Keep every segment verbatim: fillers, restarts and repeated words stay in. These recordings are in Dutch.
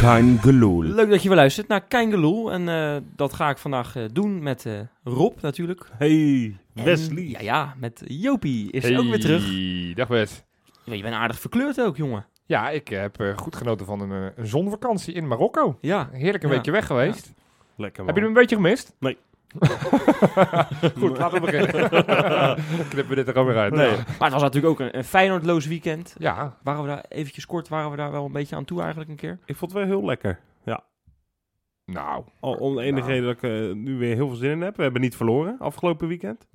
Kein Geloel. Leuk dat je weer luistert naar Kein Geloel. En uh, dat ga ik vandaag uh, doen met uh, Rob natuurlijk. Hey, Wesley. En, ja, ja, met Jopie is hey, ook weer terug. Dag Wes. Je bent aardig verkleurd ook, jongen. Ja, ik uh, heb uh, goed genoten van een, uh, een zonvakantie in Marokko. Ja. Heerlijk een ja. weekje weg geweest. Ja. Lekker man. Heb je hem een beetje gemist? Nee. Goed, laten we beginnen. Knippen we dit er ook weer uit. Nee. Maar het was natuurlijk ook een, een Feyenoordloos weekend. Ja. Waren we daar eventjes kort, waren we daar wel een beetje aan toe eigenlijk een keer? Ik vond het wel heel lekker. Ja. Nou. Al om de enige nou. reden dat ik uh, nu weer heel veel zin in heb. We hebben niet verloren afgelopen weekend.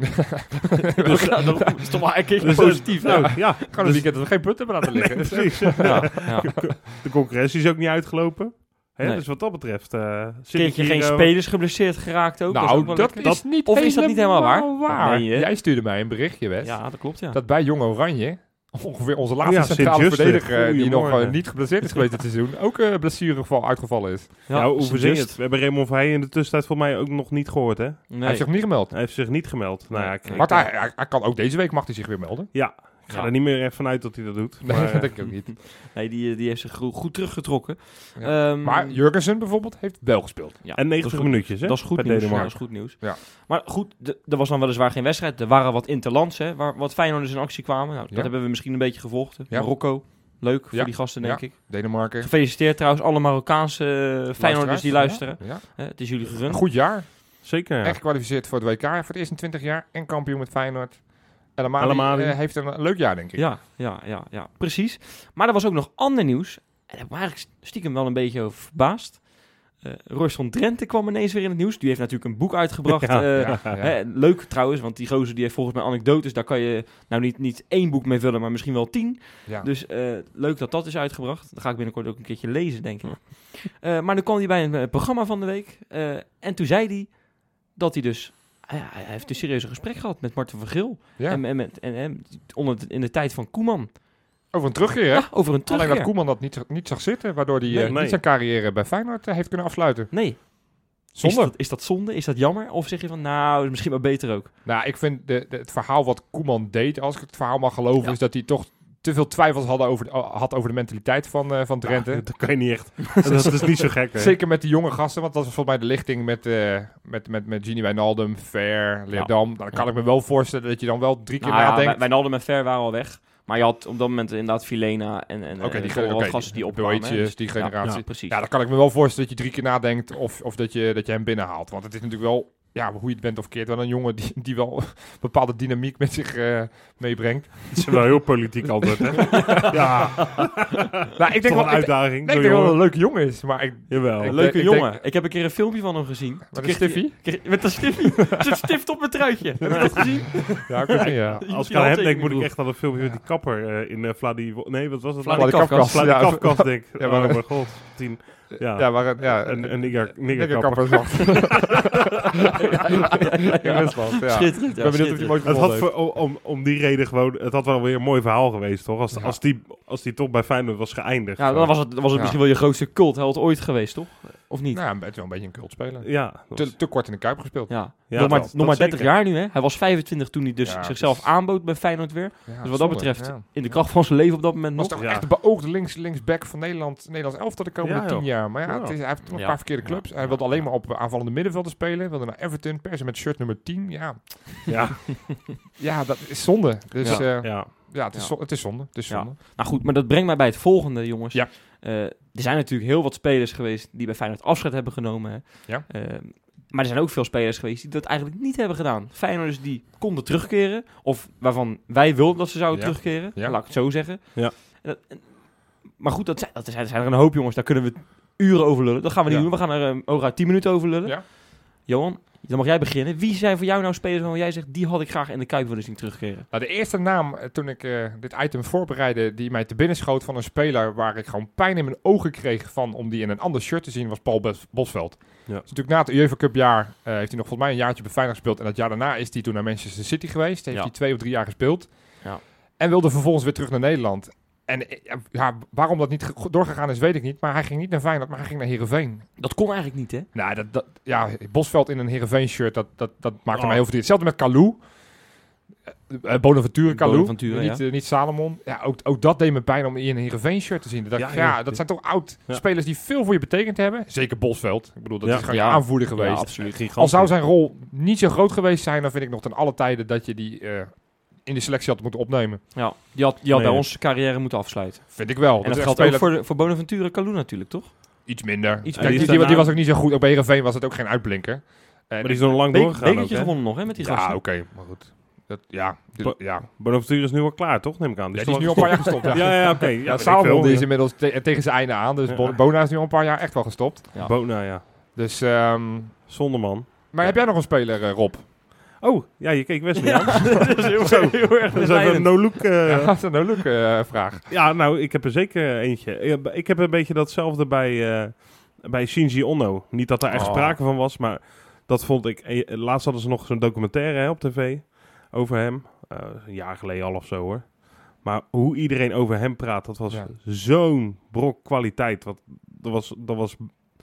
dus, ja, dat is toch wel een keer dus, positief. Nou, nou. ja. Gewoon een weekend dat we geen punten hebben laten liggen. Nee, precies. Ja, ja. De concurrentie is ook niet uitgelopen. Hè? Nee. Dus wat dat betreft... Uh, Keertje geen spelers geblesseerd geraakt ook. Nou, dat, dat, is, dat is niet Of is dat niet helemaal waar? waar. Nee, Jij stuurde mij een berichtje, Wes. Ja, dat klopt, ja. Dat bij Jong Oranje, ongeveer onze laatste ja, centrale verdediger, die nog uh, niet niet geblesseerd is geweest dit seizoen, ook een uh, blessuregeval uitgevallen is. Ja, ja hoe verzin je het? We hebben Raymond Verheijen in de tussentijd volgens mij ook nog niet gehoord, hè? Nee. Hij heeft zich niet gemeld. Hij heeft zich niet gemeld. Nou, ja, ik, maar hij, hij, hij kan ook deze week mag hij zich weer melden. Ja, ik ga ja. er niet meer van uit dat hij dat doet. Nee, maar, dat denk ik ook niet. Nee, die, die heeft zich goed, goed teruggetrokken. Ja. Um, maar Jurgensen bijvoorbeeld heeft wel gespeeld. Ja, en negentig dat minuutjes, hè? Dat is goed bij nieuws. Ja, Denemarken. dat is goed nieuws. Ja. Maar goed, d- er was dan weliswaar geen wedstrijd. Er waren wat interlands, hè, waar wat Feyenoorders in actie kwamen. Nou, dat ja. hebben we misschien een beetje gevolgd. Hè. Ja. Marokko, leuk Ja. voor die gasten, denk Ja. ik. Denemarken. Gefeliciteerd trouwens alle Marokkaanse uh, Feyenoorders die luisteren. Ja. Ja. Uh, het is jullie gegund. Een goed jaar. Zeker, ja. En gekwalificeerd voor het W K voor het eerst in twintig jaar. En kampioen met Feyenoord. El Amadi, El Amadi. Uh, heeft een leuk jaar, denk ik. Ja, ja, ja, ja, precies. Maar er was ook nog ander nieuws. En daar heb ik me eigenlijk stiekem wel een beetje over verbaasd. Uh, Royce van Drenthe kwam ineens weer in het nieuws. Die heeft natuurlijk een boek uitgebracht. Ja, uh, ja, ja. Hè, leuk trouwens, want die gozer die heeft volgens mij anekdotes. Daar kan je nou niet, niet één boek mee vullen, maar misschien wel tien. Ja. Dus uh, leuk dat dat is uitgebracht. Dat ga ik binnenkort ook een keertje lezen, denk ik. Uh, maar dan kwam hij bij een uh, programma van de week. Uh, en toen zei hij dat hij dus... Uh, ja, hij heeft een serieuze gesprek gehad met Marten van Geel. Ja. En, en, met, en, en onder de, in de tijd van Koeman. Over een terugkeer, hè? Ja, over een terugkeer. Alleen dat Koeman dat niet, niet zag zitten, waardoor hij Nee, uh, nee. niet zijn carrière bij Feyenoord uh, heeft kunnen afsluiten. Nee. Zonde. Is dat, is dat zonde? Is dat jammer? Of zeg je van, nou, is misschien wel beter ook? Nou, ik vind de, de, het verhaal wat Koeman deed, als ik het verhaal mag geloven, Ja. is dat hij toch te veel twijfels had over de, had over de mentaliteit van, uh, van Drenthe. Ja, dat kan je niet echt. Dat is niet zo gek, hè? Zeker met die jonge gasten, want dat was volgens mij de lichting met, uh, met, met, met Gini Wijnaldum, Ver, Leerdam. Ja. Dan kan ja. ik me wel voorstellen dat je dan wel drie keer Nou, nadenkt. Ja, Wijnaldum en Ver waren al weg. Maar je had op dat moment inderdaad Filena en, en Oké, okay, uh, die, wat okay, gasten die die opkwamen. Boetjes, Dus, die generatie. Ja, Ja, precies. ja, dan kan ik me wel voorstellen dat je drie keer nadenkt of, of dat, je, dat je hem binnenhaalt. Want het is natuurlijk wel, ja, hoe je het bent of keert, wel een jongen die, die wel bepaalde dynamiek met zich uh, meebrengt. Het is wel heel politiek altijd, hè? Ja. Nou, ik denk wel een uitdaging. Ik, nee, ik denk wel dat het een leuke jongen is, maar ik... Jawel. Een leuke ik jongen. denk- Ik heb een keer een filmpje van hem gezien. Met een stiffie? Kreeg- Met een stiffie. Er zit stift op mijn truitje. Heb je dat gezien? Ja, ik weet niet, ja. Als ik aan hem denk, moet ik echt aan een filmpje met die kapper uh, in uh, Vladi... Nee, wat was het? Vladikavkaz. Vladikavkaz, denk ik. Ja, Oh, maar- mijn god. Tien. Ja, Ja, maar, ja een, een nigger, niggerkapper. In Rusland, ja. Schitterend. Ik Ja, ben benieuwd of hij mooi Het had gevonden heeft. voor, om, om die reden gewoon... Het had wel weer een mooi verhaal geweest, toch? Als, Ja. als, die, als die toch bij Feyenoord was geëindigd. Ja, dan was het, dan was het Ja. misschien wel je grootste cultheld ooit geweest, toch? Of niet? Nou, het is wel een beetje een cultspeler. Ja. dat was- Te, te kort in de Kuip gespeeld. Ja. Ja, nog maar, dat- nog maar dat dertig zeker. jaar nu, hè? Hij was vijfentwintig toen hij dus Ja, zichzelf dus- aanbood bij Feyenoord weer. Ja, Dus wat dat zonde, betreft, ja. in de kracht van zijn leven op dat moment Was nog. toch Ja. echt de beoogde links, linksback van Nederland, Nederlands elftal de komende Ja, tien joh. jaar. Maar ja, Ja. het is, hij heeft nog een Ja. paar verkeerde clubs. Ja. Hij wilde alleen maar op aanvallende middenvelden spelen. Wilde naar Everton, persen met shirt nummer tien. Ja, Ja. ja dat is zonde. Dus Ja. ja, uh, ja. Ja. het, is Ja. zo, het is zonde. Het is Ja. zonde. Nou goed, maar dat brengt mij bij het volgende, jongens. Ja. Uh, er zijn natuurlijk heel wat spelers geweest die bij Feyenoord afscheid hebben genomen. Hè. Ja. Uh, maar er zijn ook veel spelers geweest die dat eigenlijk niet hebben gedaan. Feyenoorders die konden terugkeren, of waarvan wij wilden dat ze zouden Ja. terugkeren. Ja. Laat ik het zo zeggen. Ja. En dat, en, maar goed, dat zijn, dat zijn, zijn er een hoop jongens, daar kunnen we uren over lullen. Dat gaan we niet Ja. doen, we gaan er um, hooguit tien minuten over lullen. Ja. Johan, dan mag jij beginnen. Wie zijn voor jou nou spelers waarvan jij zegt, die had ik graag in de Kuip willen zien terugkeren? Nou, de eerste naam uh, toen ik uh, dit item voorbereidde, die mij te binnen schoot van een speler waar ik gewoon pijn in mijn ogen kreeg van om die in een ander shirt te zien, was Paul Bos- Bosveld. Ja. Dus natuurlijk na het UEFA Cup jaar uh, heeft hij nog volgens mij een jaartje bij Feyenoord gespeeld. En dat jaar daarna is hij toen naar Manchester City geweest. Heeft Ja. hij twee of drie jaar gespeeld. Ja. En wilde vervolgens weer terug naar Nederland. En ja, waarom dat niet ge- doorgegaan is, weet ik niet. Maar hij ging niet naar Feyenoord, maar hij ging naar Heerenveen. Dat kon eigenlijk niet, hè? Nou, dat, dat, ja, Bosveld in een Heerenveen shirt, dat, dat, dat maakte Oh. mij heel verdrietig. Hetzelfde met Kalou. Uh, Bonaventure, Kalou, Bonaventure, niet, ja. uh, niet Salomon. Ja, ook, ook dat deed me pijn om in een Heerenveen-shirt te zien. Dat, Ja, ja, ja, ja. dat zijn toch oud-spelers Ja. die veel voor je betekend hebben. Zeker Bosveld. Ik bedoel, dat Ja. is gewoon Ja. je aanvoerder geweest. Ja, absoluut. Gigantisch. Al zou zijn rol niet zo groot geweest zijn, dan vind ik nog ten alle tijden dat je die uh, in de selectie had moeten opnemen. Ja, die had, die had Nee. bij ons carrière moeten afsluiten. Vind ik wel. En dat is geldt echt ook speler- voor, de, voor Bonaventure Kalou natuurlijk, toch? Iets minder. Iets Kijk, minder. die, die, die was ook niet zo goed. Ook bij Heerenveen was het ook geen uitblinker. En Maar die is nog lang Be doorgegaan ook, bekertje hè? gewonnen nog, hè, met die gasten. ja, oké, okay, maar goed. Dat, ja, dit- Bo- ja. Bonaventure is nu al klaar, toch? Neem ik aan. Ja, die is nu al een paar jaar gestopt. Ja, Ja, ja, oké. ja, Ja, weet ik Salomon veel, die is ja. inmiddels te- tegen zijn einde aan. Dus Ja. Bo- Bona is nu al een paar jaar echt wel gestopt. Ja. Bona, ja. Dus, ehm, Zonde, man. maar heb jij nog een speler, uh, Rob? Oh, ja, je keek Wesley aan. dat is heel, Zo. heel erg Dat is even een no-look... eh, Ja, dat is een leuke uh, vraag. Ja, nou, ik heb er zeker eentje. Ja, Ik heb een beetje datzelfde bij, uh, bij Shinji Ono. Niet dat er echt Oh. sprake van was, maar dat vond ik... eh, Laatst hadden ze nog zo'n documentaire hè, op tv over hem. Uh, een jaar geleden al of zo, hoor. Maar hoe iedereen over hem praat, dat was Ja. zo'n brok kwaliteit. Wat, dat, was, dat was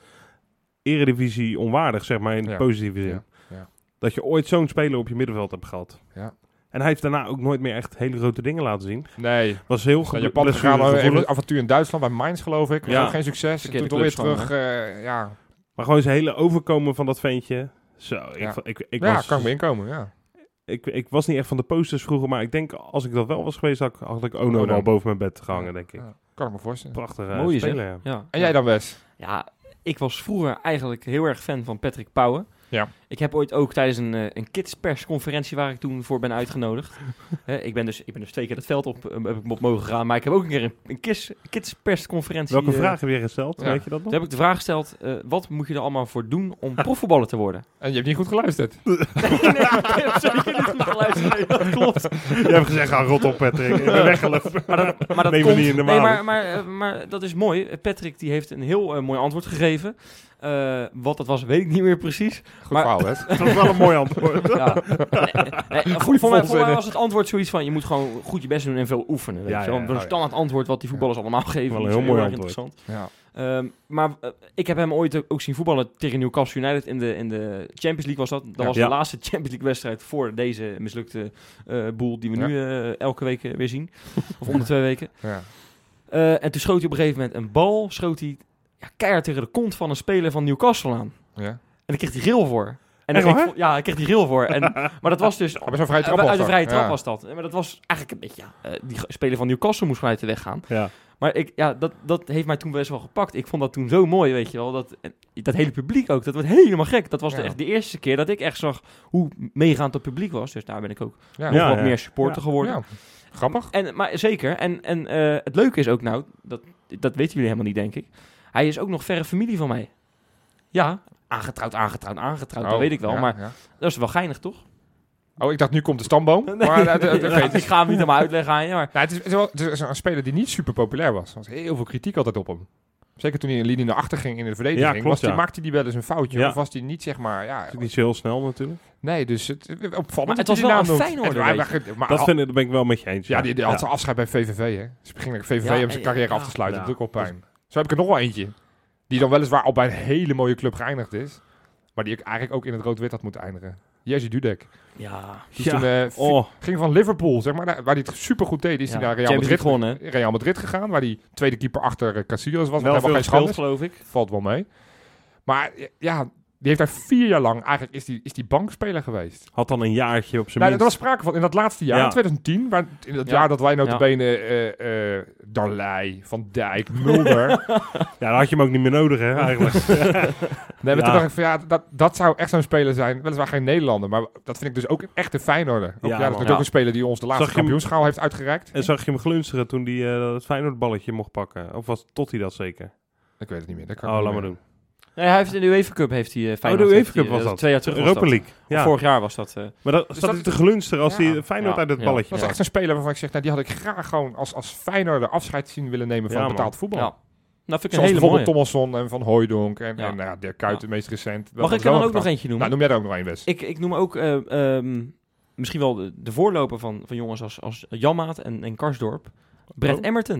eredivisie onwaardig, zeg maar, in de Ja. positieve zin. Ja. Ja. Dat je ooit zo'n speler op je middenveld hebt gehad. Ja. En hij heeft daarna ook nooit meer echt hele grote dingen laten zien. Nee. Was heel Naar goed. Japan gegaan, even een avontuur in Duitsland bij Mainz geloof ik. Ja. Ja. Geen succes. En Verkeerde toen weer clubs terug. Uh, ja, Maar gewoon zijn hele overkomen van dat ventje. Zo, ik, Ja. ik, ik, ik ja was, kan ik me inkomen. Ja. ik, ik was niet echt van de posters vroeger, maar ik denk als ik dat wel was geweest, had ik, had ik Ono Ono. al boven mijn bed gehangen, denk ik. Ja, kan ik me voorstellen. Prachtige Mooi zeg. speler, ja. Ja. En jij dan, Wes? Ja, ik was vroeger eigenlijk heel erg fan van Patrick Pauwen. Ja. Ik heb ooit ook tijdens een, uh, een kidspersconferentie waar ik toen voor ben uitgenodigd. Hè, ik, ben dus, ik ben dus twee keer het veld op, uh, heb ik op mogen gaan. Maar ik heb ook een keer een, een kids, kidspersconferentie. Welke uh, vraag heb je gesteld? ja. Weet je dat nog? Toen heb ik de vraag gesteld, uh, wat moet je er allemaal voor doen om profvoetballer te worden? En je hebt niet goed geluisterd. nee, nee, ik heb zeker niet goed geluisterd. Nee, dat klopt. Je hebt gezegd, ga rot op Patrick. Ik ben weggelopen. Maar dat, maar dat Neem me komt, niet in de nee, maling. maar, maar, uh, maar dat is mooi. Patrick die heeft een heel uh, mooi antwoord gegeven. Uh, wat dat was, weet ik niet meer precies. Goed Maar- verhaal, Wes. Dat is wel een mooi antwoord. Ja. Nee, nee, voor, voor, mij, voor mij was het antwoord zoiets van, je moet gewoon goed je best doen en veel oefenen. Weet Ja, je wel. ja, Een ja. standaard antwoord wat die voetballers allemaal geven. Wel een Dat is heel mooi erg antwoord. interessant. Ja. Um, maar uh, ik heb hem ooit ook zien voetballen tegen Newcastle United in de, in de Champions League was dat. Dat Ja. was Ja. de laatste Champions League wedstrijd voor deze mislukte uh, boel die we Ja. nu uh, elke week uh, weer zien. Of om de twee weken. Ja. Uh, en toen schoot hij op een gegeven moment een bal, schoot hij ja, keihard tegen de kont van een speler van Newcastle aan. Ja. En daar kreeg hij geel voor. En Echt ik waar? vond- ja, ik kreeg die geel voor. En, maar dat was dus... Maar zo'n vrije Uh, trap was uit de dat. vrije trap Ja. was dat. Maar dat was eigenlijk een beetje... Ja, uh, die g- speler van Newcastle moest vanuit de weg gaan. Ja. Maar ik, ja, dat, dat heeft mij toen best wel gepakt. Ik vond dat toen zo mooi, weet je wel. Dat, en dat hele publiek ook. Dat werd helemaal gek. Dat was de, Ja. echt de eerste keer dat ik echt zag hoe meegaand het publiek was. Dus daar ben ik ook Ja. nog Ja, wat ja. meer supporter Ja. geworden. Ja. Grappig. En, maar zeker. En, en uh, het leuke is ook nou... Dat, dat weten jullie helemaal niet, denk ik. Hij is ook nog verre familie van mij. Ja, aangetrouwd, aangetrouwd, aangetrouwd. Dat Oh, weet ik wel. ja, Maar ja. dat is wel geinig, toch? Oh, ik dacht nu komt de stamboom. Nee, Maar, uh, uh, uh, oké, ik ga hem niet helemaal uitleggen aan je. Maar Nou, het, is, het, is wel, het is een speler die niet super populair was. Er was heel veel kritiek altijd op hem. Zeker toen hij een linie naar achter ging in de verdediging. Ja, klopt, was die, ja. maakte hij wel eens een foutje. Ja. Of was hij niet, zeg maar... Ja, Dat is niet zo heel snel natuurlijk. nee, dus het, het- opvallend. Maar het dat was hij wel die een naam Feyenoorder, noemt. En- weet maar- maar- Dat al- vind ik, dat ben ik wel met je eens. Ja, die, die had ja. zijn afscheid bij V V V, hè. Ze ging naar V V V Ja, om zijn ja, carrière ja. af te sluiten. Ja. Dat doet ook wel pijn. Zo heb ik er nog wel eentje. Die dan weliswaar al bij een hele mooie club geëindigd is. Maar die ik eigenlijk ook in het rood-wit had moeten eindigen. Jerzy Dudek. ja, Die Ja. toen, eh, fi- Oh, ging van Liverpool, zeg maar, daar- waar hij het super goed deed, is Ja, hij naar Real Champions Madrid, League gewonnen, Real Madrid gegaan, waar die tweede keeper achter uh, Casillas was. Wel Wat veel helemaal geen gespeeld, schande is. geloof ik. Valt wel mee. Maar ja, die heeft daar vier jaar lang, eigenlijk is die, is die bankspeler geweest. had dan een jaartje op zijn Nou, er minst. was sprake van in dat laatste jaar, Ja. in twintig tien, waar, in dat Ja. jaar dat wij notabene uh, uh, Darley, Van Dijk, Mulder... Ja, dan had je hem ook niet meer nodig, hè, eigenlijk. Nee, maar Ja. toen dacht ik van ja, dat, dat zou echt zo'n speler zijn. Weliswaar geen Nederlander, maar dat vind ik dus ook echt een Feyenoorder. Ook, Ja, ja, dat is man. natuurlijk Ja. ook een speler die ons de laatste Zag je hem- kampioenschaal heeft uitgereikt. En zag je hem glunsteren toen hij uh, het Feyenoord-balletje mocht pakken? Of was tot hij dat zeker? Ik weet het niet meer. Dat kan Oh, ik laat niet maar meer. doen. Nee, hij heeft in de UEFA Cup heeft hij uh, Feyenoord. Oh, de UEFA heeft hij, Cup was uh, dat. Twee jaar terug was Europa dat. League. Of Ja. vorig jaar was dat. Uh, Maar dat, Dus zat dat- hij te glunsteren als Ja. hij Feyenoord Ja. uit het Ja. balletje Dat is had. echt een speler waarvan ik zeg, nou, die had ik graag gewoon als, als Feyenoorder afscheid zien willen nemen van Ja, betaald man. voetbal. ja. Nou, vind ik Zoals een hele bijvoorbeeld mooie. Thomasson en Van Hooijdonk en, Ja. en nou ja, Dirk Kuyt, Ja. meest recent. Mag ik er dan ook nog eentje noemen? Nou, noem jij er ook nog één, Wes. Ik, ik noem ook uh, um, misschien wel de, de voorloper van, van jongens als, als Janmaat en, en Karsdorp. Brett Oh. Emmerton.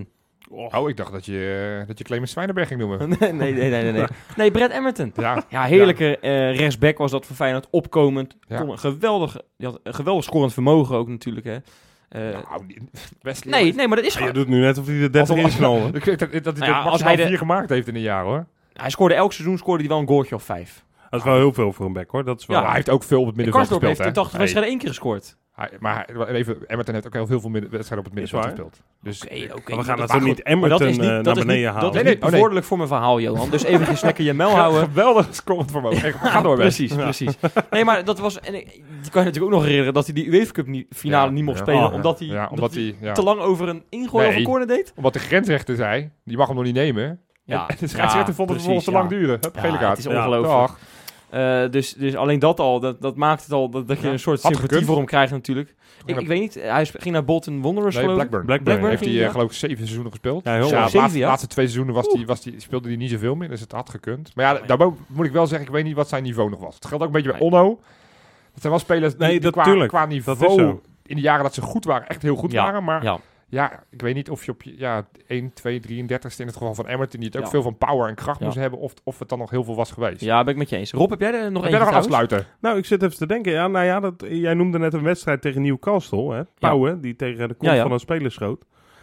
Oh, Oh, ik dacht dat je, uh, dat je Clemens Zwijnenberg ging noemen. nee, nee, nee, nee, nee. Nee, Brad Emerton. Ja, Ja, heerlijke uh, rechtsback was dat voor Feyenoord. Opkomend. Ja. Kon een geweldig, die had een geweldig scorend vermogen ook natuurlijk, hè. Uh, nou, best nee, nee, maar dat is ja, je gewoon... doet nu net of hij de dertig Alsof- inknalde. Ik weet dat, dat hij Nou ja, er als maximaal hij de- vier gemaakt heeft in een jaar, hoor. Hij scoorde elk seizoen scoorde hij wel een goaltje of vijf. Dat is wel heel veel voor een back, hoor. Dat is wel... Ja, Maar hij heeft ook veel op het En middenveld Karsdorp gespeeld, heeft hè. in tachtig wedstrijden één keer gescoord. Hij, maar hij, even, Everton heeft ook heel veel midden- wedstrijden op het Is middenveld waar. gespeeld. Dus Oké, ik- oké. Maar we gaan dat- natuurlijk niet maar Emerton dat is niet, eh, dat naar is beneden niet, halen. dat is Nee, niet nee, oh nee. bevorderlijk voor mijn verhaal, Johan. Dus eventjes lekker je mel houden. Geweldig scorend vermogen. Echt, Ga door, Ben. Precies, precies. Nee, maar dat was... En ik, die kan je natuurlijk ook nog herinneren dat hij die UEFA Cup niet, finale Ja, niet mocht ja. spelen. Oh, omdat hij, Ja, omdat hij... Ja. te lang over een ingooi of Nee. een corner deed. Omdat de grensrechter zei, die mag hem nog niet nemen. Ja, En de scheidsrechter vond het vervolgens te precies, lang duren. Hup, ja. gele Ja, kaart. het is Ja, ongelooflijk. Dag. Uh, dus, dus alleen dat al, dat, dat maakt het al dat, dat je Ja, een soort had sympathie gekund. voor hem krijgt natuurlijk. Ik, Ja. ik weet niet, hij sp- ging naar Bolton Wanderers Nee, geloof ik. Blackburn. Blackburn. Blackburn Heeft hij ging eh, hij, geloof ik zeven seizoenen gespeeld. Ja, heel Dus mooi. ja, de Zeven, laatste, ja? laatste twee seizoenen was die, was die, speelde hij niet zoveel meer. Dus het had gekund. Maar ja, daarbij moet ik wel zeggen, ik weet niet wat zijn niveau nog was. Het geldt ook een beetje bij Nee. Onno. Dat zijn wel spelers die, Nee, die dat qua, tuurlijk. qua Dat is niveau zo. in de jaren dat ze goed waren, echt heel goed Ja, waren. Maar ja. Ja, ik weet niet of je op je ja, één, twee, drieëndertigste in het geval van Emmerton, die het ook Ja. veel van power en kracht Ja. moest hebben, of, of het dan nog heel veel was geweest. ja, ben ik met je eens. Rob, heb jij er nog Heb jij één nog een afsluiter? Nou, ik zit even te denken. Ja, nou ja, dat, jij noemde net een wedstrijd tegen Newcastle. Hè? Pauwen, die tegen de kont Ja, ja. van een speler schoot.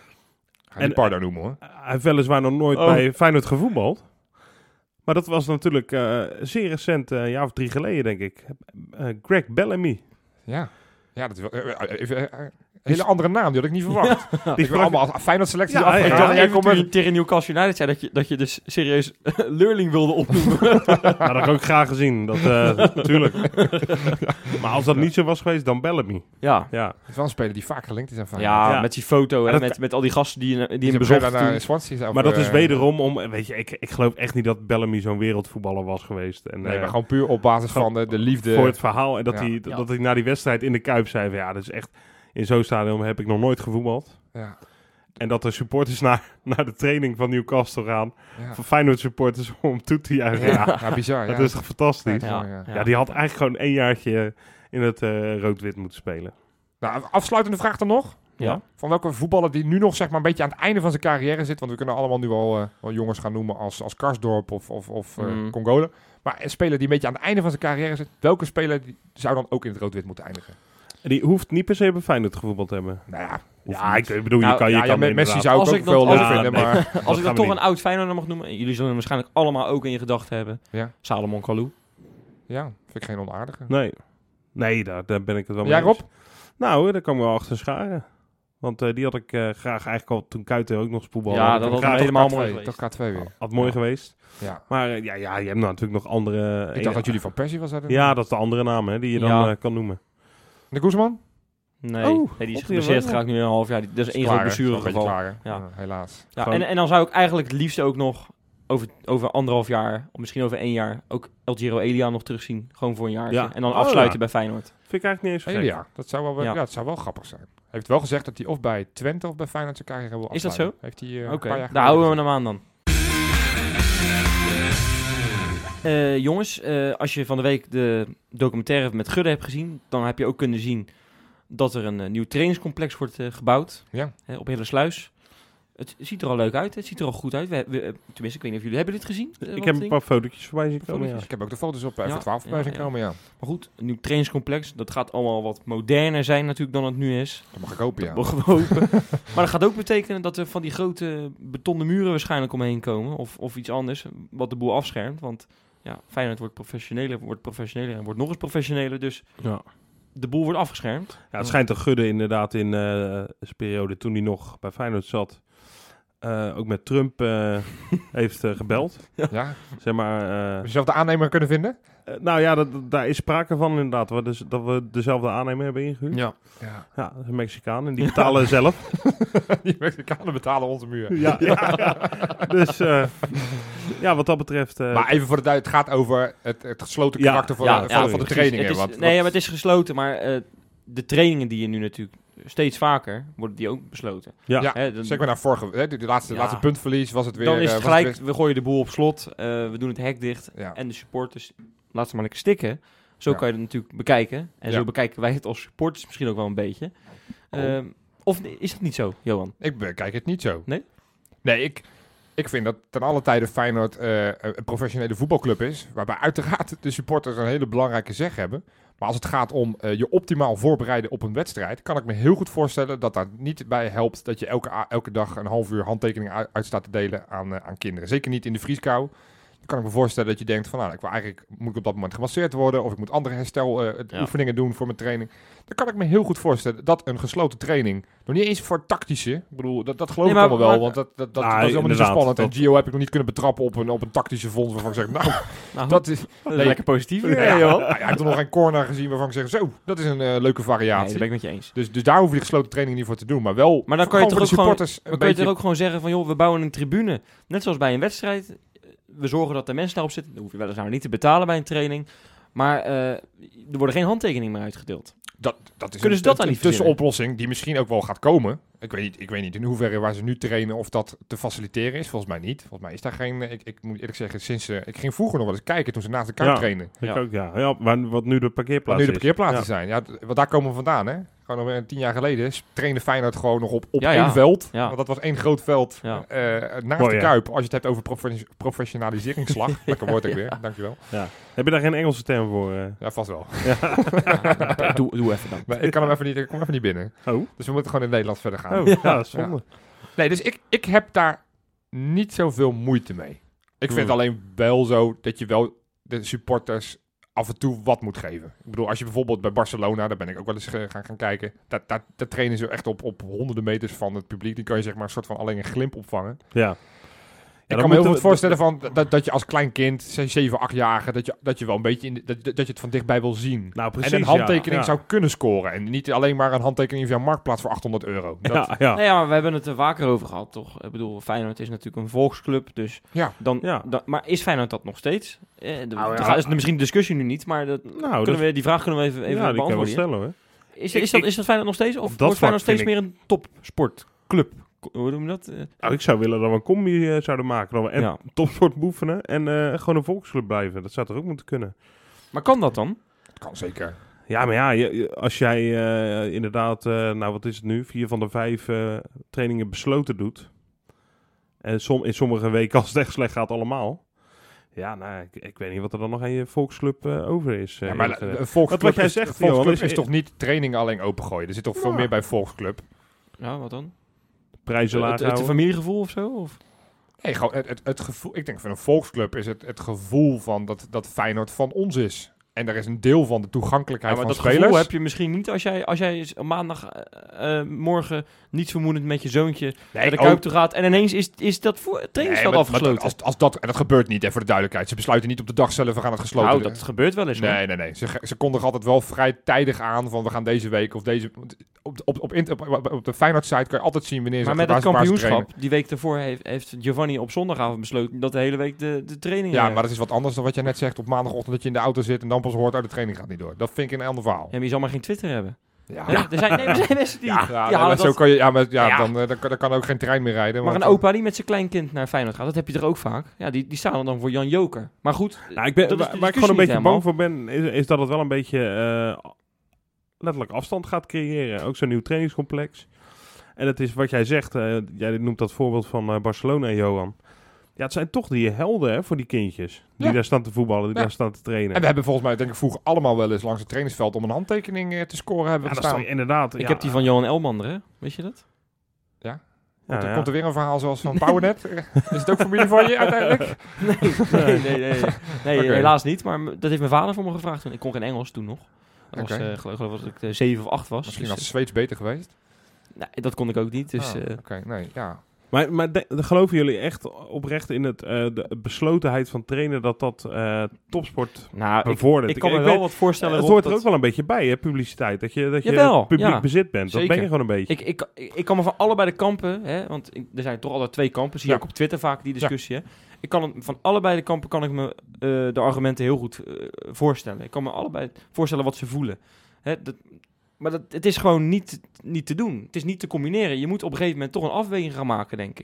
Ga je En- Pardo noemen, hoor. Hij heeft weliswaar nog nooit Oh. bij Feyenoord gevoetbald. Maar dat was natuurlijk eh, zeer recent, eh, een jaar of drie geleden, denk ik. Eh, Greg Bellamy. Ja. Ja, dat is wel... eh, eh, even, eh, een hele andere naam, die had ik niet verwacht. Die Ik ben sprak- allemaal Feyenoord selectie Ja, ja, ja, Ik ja. dacht jij even komt toen met... je tegen Newcastle United zei dat je, dat je dus serieus Leurling wilde opnoemen. Nou, dat had ik ook graag gezien. Dat, eh, natuurlijk. Maar als dat niet zo was geweest, dan Bellamy. ja. Ja. Het is wel een speler die vaak gelinkt is aan Feyenoord. Ja, Ja. met die foto Maar en dat met, met al die gasten die, die, Die hem hebben bezochten naar toen. Swansea. Over, Maar dat is eh, wederom om... Weet je, ik, ik geloof echt niet dat Bellamy zo'n wereldvoetballer was geweest. En, Nee, eh, maar gewoon puur op basis gewoon van de, de liefde. voor het verhaal. En dat, Ja. hij, Ja. dat hij na die wedstrijd in de Kuip zei van... Ja, dat is echt... In zo'n stadion heb ik nog nooit gevoetbald. Ja, En dat de supporters naar, naar de training van Newcastle gaan. ja. Van Feyenoord supporters om toe te juichen. Ja, Ja, ja, bizar. dat ja. is toch fantastisch? Ja, Ja, ja. Ja. die had eigenlijk gewoon één jaartje in het eh, rood-wit moeten spelen. Nou, afsluitende vraag dan nog. Ja. Van welke voetballer die nu nog zeg maar een beetje aan het einde van zijn carrière zit. Want we kunnen allemaal nu wel, eh, wel jongens gaan noemen als, als Karsdorp of, of, of eh, Mm. Congole. Maar een speler die een beetje aan het einde van zijn carrière zit. Welke speler die zou dan ook in het rood-wit moeten eindigen? Die hoeft niet per se bij Feyenoord gevoetbald te hebben. Nou ja, hoeft Ja, niet. ik bedoel, Nou, je kan... Je ja, ja, kan met Messi inderdaad- zou ik Als ook ik dat- wel als leuk ik- vinden. nee. Maar Als ik gaan dan we toch niet. een oud Feyenoorder mag noemen, jullie zullen hem waarschijnlijk allemaal ook in je gedachten hebben. Ja. Salomon Kalou. ja, vind ik geen onaardige. Nee, nee daar, daar ben ik het wel Jij, mee eens. Rob? Nou, daar kan ik wel achter scharen. Want eh, die had ik eh, graag eigenlijk al toen Kuiten ook nog spoelbal. Ja, had ik dat hem was graag- helemaal K twee, mooi geweest. Toch K twee weer. Had mooi Ja. geweest. Ja. Maar eh, ja, ja, je hebt nou natuurlijk nog andere... Ik dacht dat jullie van Persie was. hadden. Ja, dat is de andere naam hè, die je dan Ja. eh, kan noemen. De Guzman? Nee, Oh, nee die is God, die geblesseerd wel. geraakt nu een half jaar. Die- Dat is één Klaar, groot hè? Zo'n beetje blessuregeval. klaar, hè? Ja. Ja, helaas. Ja, Gewoon- en, en dan zou ik eigenlijk het liefst ook nog over, over anderhalf jaar, of misschien over één jaar, ook El Giro Elia nog terugzien. Gewoon voor een jaar. Ja. En dan Oh, afsluiten ja. bij Feyenoord. Vind ik eigenlijk niet eens zo gek. Elia, dat zou wel, Ja. ja. dat zou wel grappig zijn. Hij heeft wel gezegd dat hij of bij Twente of bij Feyenoord zijn carrière wil Is dat afsluiten. Heeft hij eh, Oké, een paar jaar daar houden we geleden hem aan dan. Eh, jongens, eh, als je van de week de documentaire met Gudde hebt gezien, dan heb je ook kunnen zien dat er een eh, nieuw trainingscomplex wordt eh, gebouwd Ja. hè, op Hillersluis. Het ziet er al leuk uit, het ziet er al goed uit. We, we, eh, tenminste, ik weet niet of jullie hebben dit gezien. eh, Ik wat heb een ding? paar fotootjes voorbij zien komen. Ja. gezien. Ik heb ook de foto's op Ja, F twaalf voorbij ja, zien ja. komen, ja. Maar goed, een nieuw trainingscomplex, dat gaat allemaal wat moderner zijn natuurlijk dan het nu is. Dat mag ik hopen, ja. Dat mogen we hopen. Maar dat gaat ook betekenen dat er van die grote betonnen muren waarschijnlijk omheen komen. Of, of iets anders, wat de boel afschermt. Want ja, Feyenoord wordt professioneler, wordt professioneler en wordt nog eens professioneler. Dus Ja. de boel wordt afgeschermd. Ja, het schijnt dat Gudde inderdaad in eh, de periode toen hij nog bij Feyenoord zat... eh, ook met Trump eh, heeft eh, gebeld. Ja? Zeg maar... eh, Heb je zelf de aannemer kunnen vinden? eh, nou ja, dat, daar is sprake van inderdaad. wat Dus, dat we dezelfde aannemer hebben ingehuurd. Ja. Ja. Ja, dat is een Mexicaan en die betalen zelf. Die Mexicanen betalen onze muur. Ja, ja, ja. Dus eh, ja, wat dat betreft... eh, Maar even voor de duidelijkheid, het gaat over het, het gesloten Ja, karakter van, ja, van, ja, van de precies. trainingen. Het is, want, nee, want- ja, maar het is gesloten. Maar eh, de trainingen die je nu natuurlijk steeds vaker, worden die ook besloten. ja. ja, Hè, dan, zeg maar naar vorige, hè, de, de laatste, Ja. laatste puntverlies was het weer... dan is eh, het was gelijk, weer- we gooien de boel op slot. eh, we doen het hek dicht. ja. En de supporters, laat ze maar lekker stikken. Zo Ja. kan je het natuurlijk bekijken. En Ja. zo bekijken wij het als supporters misschien ook wel een beetje. Oh. Ehm, of is dat niet zo, Johan? Ik bekijk het niet zo. Nee? Nee, ik, ik vind dat ten alle tijde Feyenoord uh, een professionele voetbalclub is. Waarbij uiteraard de supporters een hele belangrijke zeg hebben. Maar als het gaat om uh, je optimaal voorbereiden op een wedstrijd, kan ik me heel goed voorstellen dat daar niet bij helpt dat je elke, elke dag een half uur handtekeningen uit, uit staat te delen aan, uh, aan kinderen. Zeker niet in de vrieskou. Dan kan ik me voorstellen dat je denkt van, nou, ik wil eigenlijk, moet ik op dat moment gemasseerd worden of ik moet andere herstel-oefeningen uh, ja. doen voor mijn training. Dan kan ik me heel goed voorstellen dat een gesloten training, nog niet eens voor tactische, ik bedoel, dat, dat geloof nee, ik allemaal wel, want dat, dat, dat, nou, dat is helemaal niet zo spannend. Dat... En Gio heb ik nog niet kunnen betrappen op een, op een tactische fonds waarvan ik zeg, nou, nou dat is... Nee, lekker positief. Ja, ja, ja, hij heeft nog geen corner gezien waarvan ik zeg, zo, dat is een uh, leuke variatie. Nee, dat ben ik met je eens. Dus, dus daar hoef je de gesloten training niet voor te doen, maar wel... Maar dan kan je toch ook gewoon, dan kan beetje... je toch ook gewoon zeggen van, joh, we bouwen een tribune. Net zoals bij een wedstrijd. We zorgen dat de mensen daarop zitten. Dan hoef je weliswaar niet te betalen bij een training. Maar uh, er worden geen handtekeningen meer uitgedeeld. Dat, dat is Kunnen een, ze dat een, dan een niet tussenoplossing die misschien ook wel gaat komen. Ik weet, niet, ik weet niet in hoeverre waar ze nu trainen of dat te faciliteren is. Volgens mij niet. Volgens mij is daar geen... Ik, ik moet eerlijk zeggen, sinds... Uh, ik ging vroeger nog wel eens kijken toen ze naast elkaar ja, trainen. Ik ja. ook, ja. ja waar, wat nu de parkeerplaats is. nu de parkeerplaatsen is. zijn. Ja, want daar komen we vandaan, hè. Gewoon nog tien jaar geleden trainde Feyenoord gewoon nog op, op ja, één ja. veld. Ja. Want dat was één groot veld ja. uh, naast oh, de ja. Kuip. Als je het hebt over profe- professionaliseringsslag. Lekker woord ik weer, ja. Dankjewel. Ja. Heb je daar geen Engelse term voor? Uh? Ja, vast wel. Ja. ja, doe, doe even dan. Maar ik kan hem even niet, ik kom even niet binnen. Oh. Dus we moeten gewoon in Nederland verder gaan. Oh, ja, ja, dat is zonde. Ja. Nee, dus ik, ik heb daar niet zoveel moeite mee. Ik vind hmm. alleen wel zo dat je wel de supporters af en toe wat moet geven. Ik bedoel, als je bijvoorbeeld bij Barcelona, daar ben ik ook wel eens ge- gaan, gaan kijken, daar, daar, daar trainen ze echt op, op honderden meters van het publiek. Die kan je zeg maar een soort van alleen een glimp opvangen. Ja. Ik ja, kan me heel goed voorstellen van dat, dat je als klein kind, zeven, achtjarige, dat je, dat je wel een beetje in de, dat, dat je het van dichtbij wil zien. Nou, precies, en een handtekening ja, ja. zou kunnen scoren. En niet alleen maar een handtekening via Marktplaats voor achthonderd euro. Dat, ja, ja. Nee, ja, maar we hebben het er vaker over gehad, toch? Ik bedoel, Feyenoord is natuurlijk een volksclub, dus ja. Dan, ja. dan... Maar is Feyenoord dat nog steeds? Eh, de, nou, ja. ja. is misschien de discussie nu niet, maar dat, nou, kunnen dat... we, die vraag kunnen we even, even ja, die beantwoorden. Kan wel stellen, hoor. Is, ik, is, dat, ik, is dat Feyenoord nog steeds? Of wordt Feyenoord steeds meer een topsportclub? Hoe noem je dat? Uh, nou, ik zou willen dat we een combi uh, zouden maken. Dat we en ja. topsport beoefenen en uh, gewoon een volksclub blijven. Dat zou toch ook moeten kunnen. Maar kan dat dan? Dat kan zeker. Ja, maar ja, je, als jij uh, inderdaad, uh, nou wat is het nu, vier van de vijf uh, trainingen besloten doet. En som, in sommige weken als het echt slecht gaat allemaal. Ja, nou, ik, ik weet niet wat er dan nog aan je volksclub uh, over is. Uh, ja, maar uh, een volksclub, wat jij is, zegt, volksclub Johan, is, is, is toch niet trainingen alleen opengooien? Er zit toch ja. veel meer bij volksclub? Ja, wat dan? Prijzen laag houden. Het, het familiegevoel of zo? Of? Nee, gewoon het, het, het gevoel. Ik denk van een volksclub is het, het gevoel van dat, dat Feyenoord van ons is. En er is een deel van de toegankelijkheid ja, maar van dat spelers. Gevoel heb je misschien niet als jij, als jij maandag uh, uh, morgen niet vermoedend met je zoontje nee, naar de Kuip toe gaat en ineens is, is dat voor, trainingsveld nee, afgesloten. Maar als, als dat, en dat gebeurt niet, hè, voor de duidelijkheid. Ze besluiten niet op de dag zelf, we gaan het gesloten. Nou, dat gebeurt wel eens. Nee, hoor. nee, nee. Ze, ze kondigen altijd wel vrij tijdig aan van we gaan deze week of deze... Op, op, op, op, op de Feyenoord-site kan je altijd zien wanneer ze... Maar met het kampioenschap, die week daarvoor heeft, heeft Giovanni op zondagavond besloten dat de hele week de, de training... Ja, maar dat is wat anders dan wat jij net zegt op maandagochtend dat je in de auto zit en dan pas hoort uit de training gaat niet door. Dat vind ik een ander verhaal. Ja, maar je zal maar geen Twitter hebben. Ja. Ja. Er zijn, nee, er zijn mensen die... Ja, ja, die nee, maar zo dat... kan je... Ja, maar ja, ja. Dan, uh, dan, dan kan ook geen trein meer rijden. Maar want een opa die met zijn kleinkind naar Feyenoord gaat, dat heb je er ook vaak. Ja, die, die staan dan voor Jan Joker. Maar goed, nou, ik ben, dat is waar, waar ik gewoon een beetje helemaal. bang voor ben, is, is dat het wel een beetje uh, letterlijk afstand gaat creëren. Ook zo'n nieuw trainingscomplex. En het is wat jij zegt, uh, jij noemt dat voorbeeld van uh, Barcelona, Johan. Ja, het zijn toch die helden hè, voor die kindjes. Die ja. daar staan te voetballen, die ja. daar staan te trainen. En we hebben volgens mij, denk ik, vroeger allemaal wel eens langs het trainingsveld om een handtekening uh, te scoren hebben ja, gestaan. Dat is toch, inderdaad. Ik ja. heb die van Johan Elmander, hè? Weet je dat? Ja. Ja, komt, er, ja. komt er weer een verhaal zoals van Powernet? Is het ook familie van je uiteindelijk? Nee, nee, nee. nee, nee okay. helaas niet. Maar dat heeft mijn vader voor me gevraagd. Ik kon geen Engels toen nog. Dat okay. was, uh, geloof, geloof dat ik uh, zeven of acht was. Misschien dus, was het Zweeds beter geweest? Nee, dat kon ik ook niet. Dus, ah, uh, Oké, okay. nee, ja. Maar, maar de, de, geloven jullie echt oprecht in het, uh, de beslotenheid van trainen dat dat uh, topsport nou, bevordert? Ik, ik kan ik, me ik wel weet, wat voorstellen. Het Rob, hoort er dat... ook wel een beetje bij, hè, publiciteit. Dat je, dat je Jawel, publiek ja, bezit bent. zeker. Dat ben je gewoon een beetje. Ik, ik, ik, ik kan me van allebei de kampen, hè, want ik, er zijn toch altijd twee kampen. Zie je ja. ook op Twitter vaak die discussie. Ja. Hè? Ik kan van allebei de kampen kan ik me uh, de argumenten heel goed uh, voorstellen. Ik kan me allebei voorstellen wat ze voelen. Hè, dat, maar dat, het is gewoon niet, niet te doen. Het is niet te combineren. Je moet op een gegeven moment toch een afweging gaan maken, denk ik.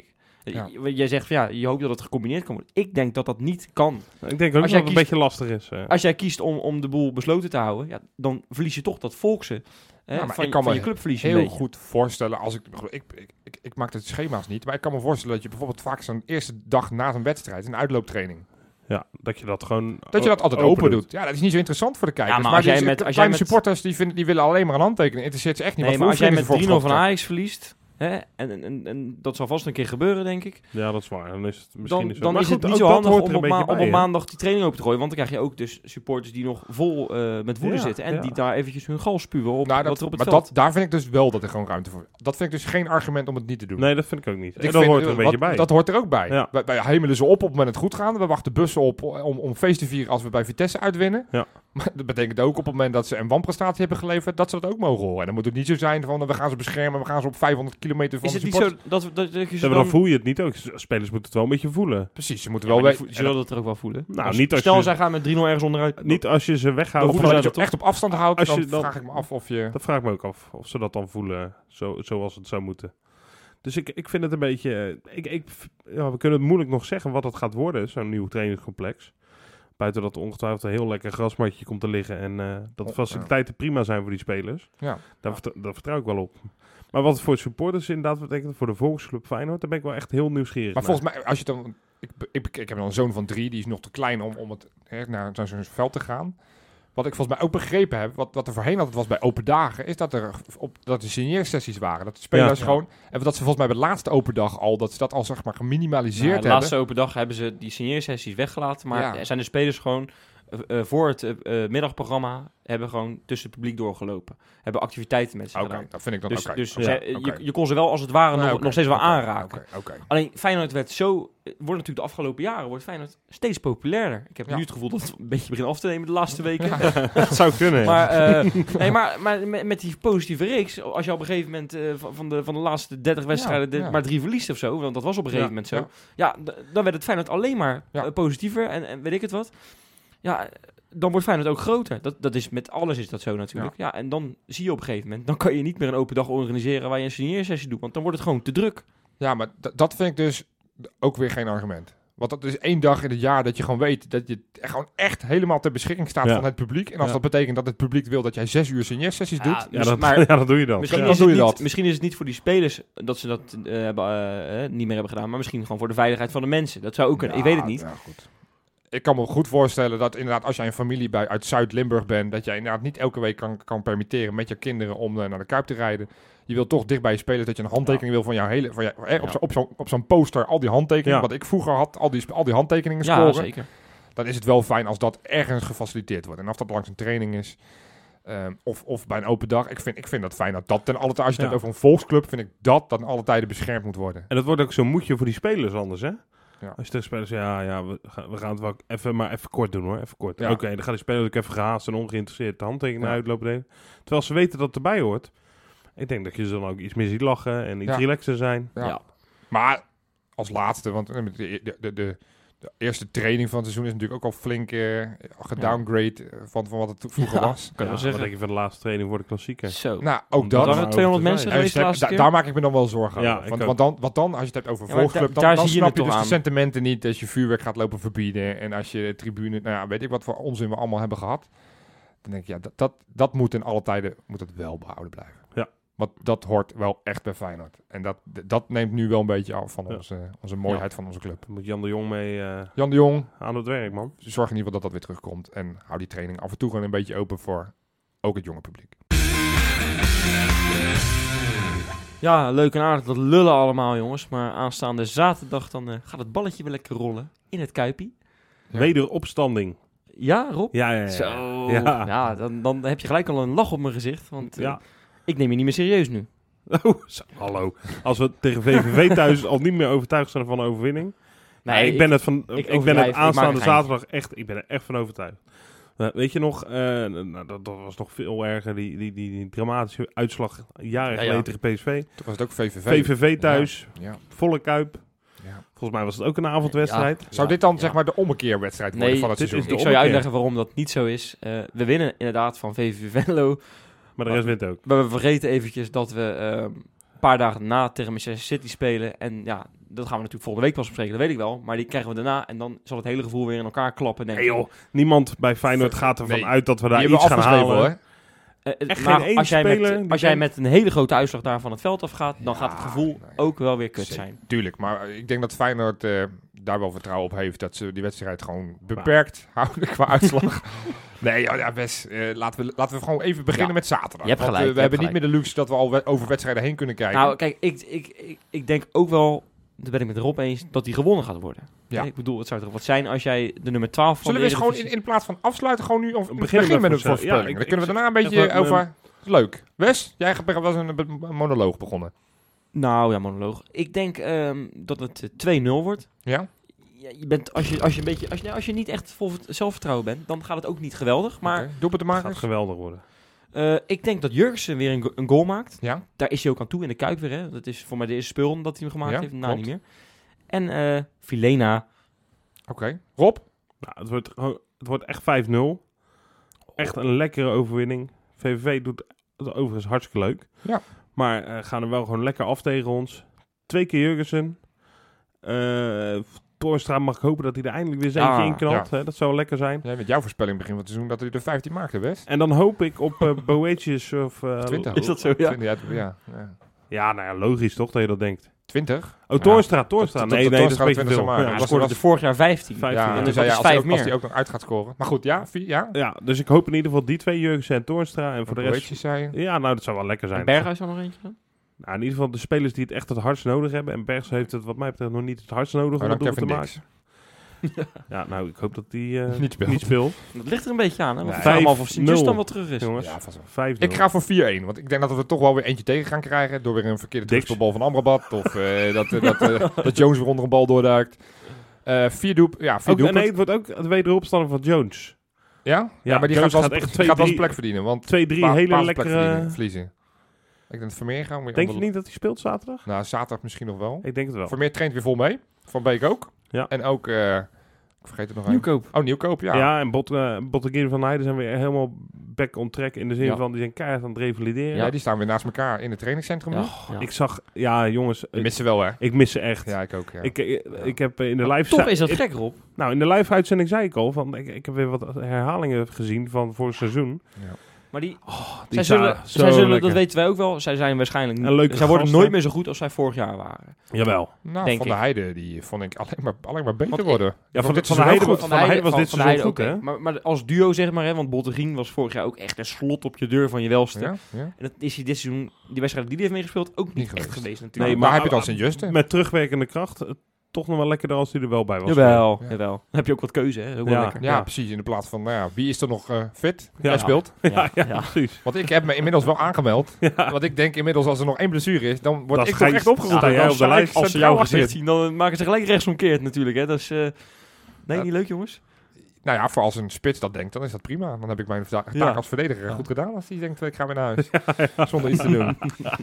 Ja. J- Jij zegt van ja, je hoopt dat het gecombineerd kan worden. Ik denk dat dat niet kan. Ik denk ook Als dat jij het een kiest- beetje lastig is. eh. Als jij kiest om, om de boel besloten te houden, ja, dan verlies je toch dat volkse. Hè, Ja, maar van, ik kan van me je club verlies je een heel beetje. goed voorstellen, als ik, ik, ik, ik, ik maak de schema's niet, maar ik kan me voorstellen dat je bijvoorbeeld vaak zo'n eerste dag na een wedstrijd, een uitlooptraining, Ja, dat je dat gewoon dat je dat altijd open, doet. Ja, dat is niet zo interessant voor de kijkers. Ja, maar maar als jij die- met- de als jij kleine met- supporters, die, vinden, die willen alleen maar een handtekening. Interesseert ze echt niet Nee, wat maar voor als jij met oefeningen drie ze nul van voorgeschoteld Ajax verliest, hè, en, en, en, en dat zal vast een keer gebeuren, denk ik. Ja, dat is waar. Dan is het misschien Dan, niet zo. dan Maar is goed, het niet ook zo dat handig hoort om er op, een ma- beetje om bij, op hè? maandag die training open te gooien. Want dan krijg je ook dus supporters die nog vol eh, met woede Ja, zitten. En ja. die daar eventjes hun gal spuwen op Nou, wat dat, er op het maar veld. dat, daar vind ik dus wel dat er gewoon ruimte voor is. Dat vind ik dus geen argument om het niet te doen. Nee, dat vind ik ook niet. Ik En dat vind- hoort er een wat- beetje bij. Dat hoort er ook bij. Ja. Wij, wij hemelen ze op op het moment dat het goed gaat. We wachten bussen op om, om feest te vieren als we bij Vitesse uitwinnen. Ja. Maar dat betekent ook op het moment dat ze een wanprestatie hebben geleverd, dat ze dat ook mogen horen. En dan moet het niet zo zijn van we gaan ze beschermen, we gaan ze op vijfhonderd kilometer van Is de het niet supporters. zo dat, we- dat, dat je Ja, ze maar dan dan... voel je het niet ook. Spelers moeten het wel een beetje voelen. Precies, ze moeten Ja, wel maar die weten. vo- zullen dat er ook wel voelen. Nou, Als- niet als Stel, je- zij gaan met drie nul ergens onderuit. Niet als je ze weghaalt. Dan Of voelen dat zij je dat echt op afstand houdt, Als dan je dan- vraag ik me af of je... Dat vraag ik me ook af. Of ze dat dan voelen zo, zoals het zou moeten. Dus ik, ik vind het een beetje... eh, Ik, ik, ja, we kunnen het moeilijk nog zeggen wat het gaat worden, zo'n nieuw trainingscomplex. Buiten dat er ongetwijfeld een heel lekker grasmatje komt te liggen. En eh, dat de Oh, faciliteiten prima zijn voor die spelers. Ja. Daar, vertrouw, daar vertrouw ik wel op. Maar wat het voor supporters inderdaad betekent, voor de volksclub Feyenoord, daar ben ik wel echt heel nieuwsgierig Maar naar. volgens mij, als je dan... Ik, ik, ik heb dan een zoon van drie, die is nog te klein om, om het, hè, naar, naar zo'n veld te gaan. Wat ik volgens mij ook begrepen heb, wat, wat er voorheen altijd was bij open dagen, is dat er op, dat er signeersessies waren. Dat de spelers Ja. gewoon... En dat ze volgens mij bij de laatste open dag al, dat ze dat al zeg maar geminimaliseerd Nou, de hebben. laatste open dag hebben ze die signeersessies weggelaten. Maar Ja. er zijn de spelers gewoon uh, uh, voor het uh, middagprogramma hebben gewoon tussen het publiek doorgelopen. Hebben activiteiten met ze Oké, gedaan. dat vind ik dan Dus, oké. dus Oké, zij- oké. je, je kon ze wel als het ware Nou, nog, oké, nog steeds wel oké, aanraken. Oké, oké. Alleen Feyenoord werd zo... Wordt natuurlijk de afgelopen jaren wordt Feyenoord steeds populairder. Ik heb Ja. nu het gevoel dat het een beetje begint af te nemen de laatste weken. Dat zou kunnen, ja. Maar, eh, nee, maar, maar met, met die positieve reeks, als je op een gegeven moment eh, van, van, de, van de laatste dertig wedstrijden de- ja. maar drie verliest of zo, want dat was op een gegeven Ja, moment zo. ja. Ja, d- dan werd het Feyenoord alleen maar Ja. eh, positiever en, en weet ik het wat. Ja, dan wordt Feyenoord ook groter. Dat, dat is met alles is dat zo natuurlijk. Ja. en dan zie je op een gegeven moment, dan kan je niet meer een open dag organiseren waar je een signeersessie doet, want dan wordt het gewoon te druk. Ja, maar d- dat vind ik dus ook weer geen argument. Want dat is één dag in het jaar dat je gewoon weet dat je echt gewoon echt helemaal ter beschikking staat Ja. van het publiek. En als Ja. dat betekent dat het publiek wil dat jij zes uur signeersessies Ja, doet. ja, dus- dat, maar- ja, dat doe je dan. Misschien, dan is doe het je niet, dat. misschien is het niet voor die spelers dat ze dat eh, hebben, eh, eh, niet meer hebben gedaan, maar misschien gewoon voor de veiligheid van de mensen. Dat zou ook kunnen. Ik weet het niet. Ja, goed. Ik kan me goed voorstellen dat inderdaad als jij een familie bij, uit Zuid-Limburg bent, dat jij inderdaad niet elke week kan, kan permitteren met je kinderen om eh, naar de Kuip te rijden. Je wil toch dicht bij je spelers dat je een handtekening wil van jouw hele... Van jou, eh, op Ja. zo'n op zo'n op zo'n poster al die handtekeningen, Ja. wat ik vroeger had, al die, sp- al die handtekeningen Ja, scoren. zeker. Dan is het wel fijn als dat ergens gefaciliteerd wordt. En of dat langs een training is, ehm, of, of bij een open dag. Ik vind, ik vind dat fijn dat dat ten alle tijde, als je het Ja. hebt over een volksclub, vind ik dat dan alle tijden beschermd moet worden. En dat wordt ook zo'n moedje voor die spelers anders, hè? Ja. Als je tegen spelers zegt, ja, ja we, gaan, we gaan het wel even, maar even kort doen hoor, even kort. Ja. Oké, dan gaan die spelers ook even gehaast en ongeïnteresseerd de handtekeningen Ja. uitlopen delen. Terwijl ze weten dat het erbij hoort. Ik denk dat je ze dan ook iets meer ziet lachen en iets Ja. relaxer zijn. Ja. Ja. Maar als laatste, want eh, de, de, de, de, de eerste training van het seizoen is natuurlijk ook al flink eh, gedowngrade eh, van, van wat het vroeger Ja. was. Kan je wel Wat zeggen. denk je van de laatste training voor de klassieker? Zo. Nou, ook Omdat dat. er waren er tweehonderd mensen Ja, geweest de Da- laatste da- keer? daar maak ik me dan wel zorgen Ja, over. ik Want, ook. want, dan, want dan, als je het hebt over Ja, maar volksclub, da- dan, daar dan zie je snap het je toch dus de aan. sentimenten niet als je vuurwerk gaat lopen verbieden en als je tribune, nou ja, weet ik wat voor onzin we allemaal hebben gehad. Dan denk ik, ja, dat, dat, dat moet in alle tijden moet het wel behouden blijven. Ja. Want dat hoort wel echt bij Feyenoord. En dat, dat neemt nu wel een beetje af van Ja. onze, onze mooiheid van onze club. Daar moet Jan de Jong mee eh, Jan de Jong, aan het werk, man. zorg in ieder geval dat dat weer terugkomt. En hou die training af en toe gewoon een beetje open voor ook het jonge publiek. Ja, leuk en aardig dat lullen allemaal, jongens. Maar aanstaande zaterdag dan eh, gaat het balletje weer lekker rollen in het Kuipie. Ja. Wederopstanding. Ja, Rob? Ja, ja, ja. Zo. Ja. Ja, dan, dan heb je gelijk al een lach op mijn gezicht. Want eh, Ja. ik neem je niet meer serieus nu. Oh, zo, hallo. Als we tegen V V V thuis al niet meer overtuigd zijn van de overwinning. Nee, ik ben het van, ik, ben overdrijf, het ik maak aanstaande een geintje. zaterdag echt, ik ben er echt van overtuigd. Uh, weet je nog, uh, nou, dat, dat was nog veel erger, die, die, die, die dramatische uitslag jaren Ja, geleden ja. tegen P S V. Toen was het ook V V V. V V V thuis, Ja. volle Kuip. Ja. Volgens mij was het ook een avondwedstrijd. Zou dit dan zeg maar de ommekeerwedstrijd worden Nee, van het dit seizoen? is Ik de zal je ommekeer. uitleggen waarom dat niet zo is. Uh, we winnen inderdaad van V V V Venlo. Maar de rest wint ook. Maar we vergeten eventjes dat we uh, paar dagen daarna tegen Manchester City spelen. En ja, dat gaan we natuurlijk volgende week pas bespreken, dat weet ik wel. Maar die krijgen we daarna en dan zal het hele gevoel weer in elkaar klappen. Denk Nee ik. joh, niemand bij Feyenoord gaat ervan Nee, uit dat we Die daar hebben iets we gaan afgeschreven, halen. hoor. Uh, Echt maar geen één als jij, speler met, die als jij denkt- met een hele grote uitslag daar van het veld afgaat, dan Ja, gaat het gevoel nee. ook wel weer kut Zeker. zijn. Tuurlijk, maar ik denk dat Feyenoord eh, daar wel vertrouwen op heeft dat ze die wedstrijd gewoon beperkt houden qua uitslag. Nee, ja, ja best. Eh, laten, we, laten we gewoon even beginnen Ja. met zaterdag. Je hebt Want, gelijk, eh, we je hebben hebt niet meer de luxe dat we al we- over wedstrijden heen kunnen kijken. Nou, kijk, ik, ik, ik, ik denk ook wel, daar ben ik met Rob eens, dat die gewonnen gaat worden. Ja. Ik bedoel, het zou toch wat zijn als jij de nummer twaalf van Zullen we de eens gewoon in, Eredivisie- in plaats van afsluiten, gewoon nu of Beginnen beginnen, met met een voorspel- voorspelling. ja, ik- Dan kunnen we ik- daarna een beetje even, over... Leuk. Wes, jij hebt- was een, een monoloog begonnen. Nou ja, monoloog. Ik denk ehm, dat het eh, twee nul wordt. Ja? Ja, je bent, als, je, als, je een beetje, als, je, als je niet echt vol vert- zelfvertrouwen bent, dan gaat het ook niet geweldig. Maar Maar doe het te Het maken. gaat geweldig worden. eh, ik denk dat Jurgensen weer een, go- een goal maakt. Ja? Daar is hij ook aan toe in de Kuip weer. Hè. Dat is voor mij de eerste speel dat hij hem gemaakt Ja, heeft. Nou, klopt. niet meer. En eh Vilena. Oké. Rob? Nou, het, wordt, gewoon- het wordt echt vijf nul. Echt een lekkere overwinning. V V V doet het overigens hartstikke leuk. Ja. Maar eh, gaan er wel gewoon lekker af tegen ons. Twee keer Jurgensen. Eh Toornstra mag ik hopen dat hij er eindelijk weer zijn Ah, in knalt. Hè? Dat zou wel lekker zijn. Jij met jouw voorspelling begin van het seizoen dat hij er vijftien maakte, Wes. En dan hoop ik op uh, Boetjes of... uh, twintig. Is dat zo? Ja. twintig, ja, ja, ja. Ja, nou ja, logisch toch dat je dat denkt. twintig? Oh, Toornstra, Toornstra. dat- Nee, dat- nee, dat is Toornstra een beetje twintig veel. zou maken. Ja. Hij was- scoorde was- er vorig jaar vijftien. vijftien, Ja, ja. en dus toen zei dat je, is als, hij vijf ook, als meer. hij ook nog uit gaat scoren. Maar goed, ja, vier, ja. Ja, dus ik hoop in ieder geval die twee Jurgensen en Toornstra. En voor de rest... Boetjes zei je. Ja, nou, dat zou wel lekker zijn. En Berghuis al nog eentje dan? Nou, in ieder geval de spelers die het echt het hardst nodig hebben. En Bergs heeft het wat mij betreft nog niet het hardst nodig Maar om dan het doel te Kevin maken. Dix. Ja, nou, ik hoop dat die uh, Niet speelt. niet speelt. Dat ligt er een beetje aan. Hè? Want Nee. we vragen hem af of vijf Sint-Just nul. dan wel terug is. Jongens, Ja, vast wel. vijf nul. Ik ga voor vier een, want ik denk dat we er toch wel weer eentje tegen gaan krijgen. Door weer een verkeerde Dix. terugspelbal van Amrabat. Of eh, dat, eh, dat, eh, dat Jones weer onder een bal doorduikt. Eh vier doep, ja, vier Ook, nee, doelpunten. het wordt ook de wederopstander van Jones. Ja? Ja, Ja, maar die Jones gaat wel, gaat echt die twee, gaat wel zijn drie- plek verdienen. Want Twee, drie pa- hele basisplek lekkere... verdienen, verliezen. Ik denk dat Vermeer gaan. Denk je niet dat hij speelt zaterdag? Nou, zaterdag misschien nog wel. Ik denk het wel. Vermeer traint weer vol mee. Van Beek ook. Ja. En ook, eh, ik vergeet het nog een. Nieuwkoop. Oh, Nieuwkoop, ja. Ja, en Bot, uh, Botteguin van Heijden zijn weer helemaal back on track. In de zin Ja. van, die zijn keihard aan het revalideren. Ja, die staan weer naast elkaar in het trainingscentrum. nu. Ja, ja. Ik zag... Ja, jongens. Je Ik, mist ze wel, hè? ik mis ze echt. Ja, ik ook, ja. Ik, ik, ik heb eh, in de live... Toch is dat ik- gek, Rob. Nou, in de live uitzending zei ik al, van, ik, ik heb weer wat herhalingen gezien van vorig seizoen. Ja. Maar die, Die zij staan zullen, zo zij zullen lekker. dat weten wij ook wel, zij zijn waarschijnlijk En leuke zij worden gasten. nooit meer zo goed als zij vorig jaar waren. Jawel. Nou, Denk Van ik. der Heijden, die vond ik alleen maar, alleen maar beter Want ik- worden. Ja, Die van, vond dit van, de seizoen Heide, ook van, goed. de Heide was dit van de seizoen Heide, goed, oké. hè? Maar, maar als duo zeg maar, hè, want Bottegien was vorig jaar ook echt een slot op je deur van je welste. Ja, ja. En dat is hij dit seizoen, die wedstrijd die hij heeft meegespeeld, ook niet, Niet echt geweest. geweest Nee, natuurlijk. maar maar- heb je dan Sint-Justen? Met terugwerkende kracht, eh, toch nog wel lekkerder als hij er wel bij was. Jawel, Ja. jawel. Dan heb je ook wat keuze, hè. Dat is ook wel Ja. lekker. Ja, Ja. precies. In de plaats van, nou ja, wie is er nog eh, fit? Ja. Jij speelt. Ja, Ja, ja, ja. precies. Want ik heb me inmiddels wel aangemeld. Ja. Want ik denk inmiddels als er nog één blessure is, dan word Dan ik ga toch je- echt opgeroepen. sta jij Dan op de sta ik lijst. Als ze centraal jouw gezicht achterin. zien, dan maken ze gelijk rechtsomkeerd natuurlijk, hè. Dat is... eh, nee, Ja. niet leuk, jongens. Nou ja, voor als een spits dat denkt, dan is dat prima. Dan heb ik mijn taak Ja. als verdediger Ja. goed gedaan. Als die denkt, ik ga weer naar huis. Zonder iets te doen.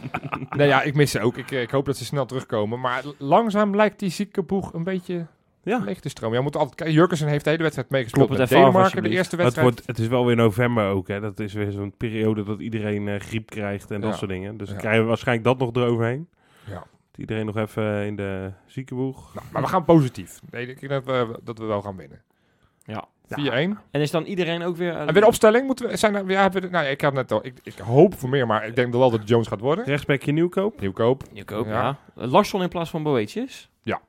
Nee ja, ik mis ze ook. Ik, eh, ik hoop dat ze snel terugkomen. Maar l- langzaam lijkt die zieke boeg een beetje Ja. leeg te stromen. Je moet altijd kijken. Jurkensen heeft de hele wedstrijd meegespeeld Klopt met het even af, Denemarken. De alsjeblieft. eerste Het, wedstrijd. wordt, het is wel weer november ook, hè. Dat is weer zo'n periode dat iedereen eh, griep krijgt en dat Ja. soort dingen. Dus dan Ja. krijgen we waarschijnlijk dat nog eroverheen. Ja. Dat iedereen nog even in de ziekenboeg. Nou, maar we gaan positief. Nee, ik denk dat we, dat we wel gaan winnen. Ja. vier een. En is dan iedereen ook weer... eh, En weer de opstelling moeten we zijn er, ja, hebben we, nou, ja, ik had net al. Ik, ik hoop voor meer, maar ik denk wel dat het Jones gaat worden. Rechtsbackje Nieuwkoop. Nieuwkoop. Nieuwkoop, Ja. ja. Larsson in plaats van Boetjes.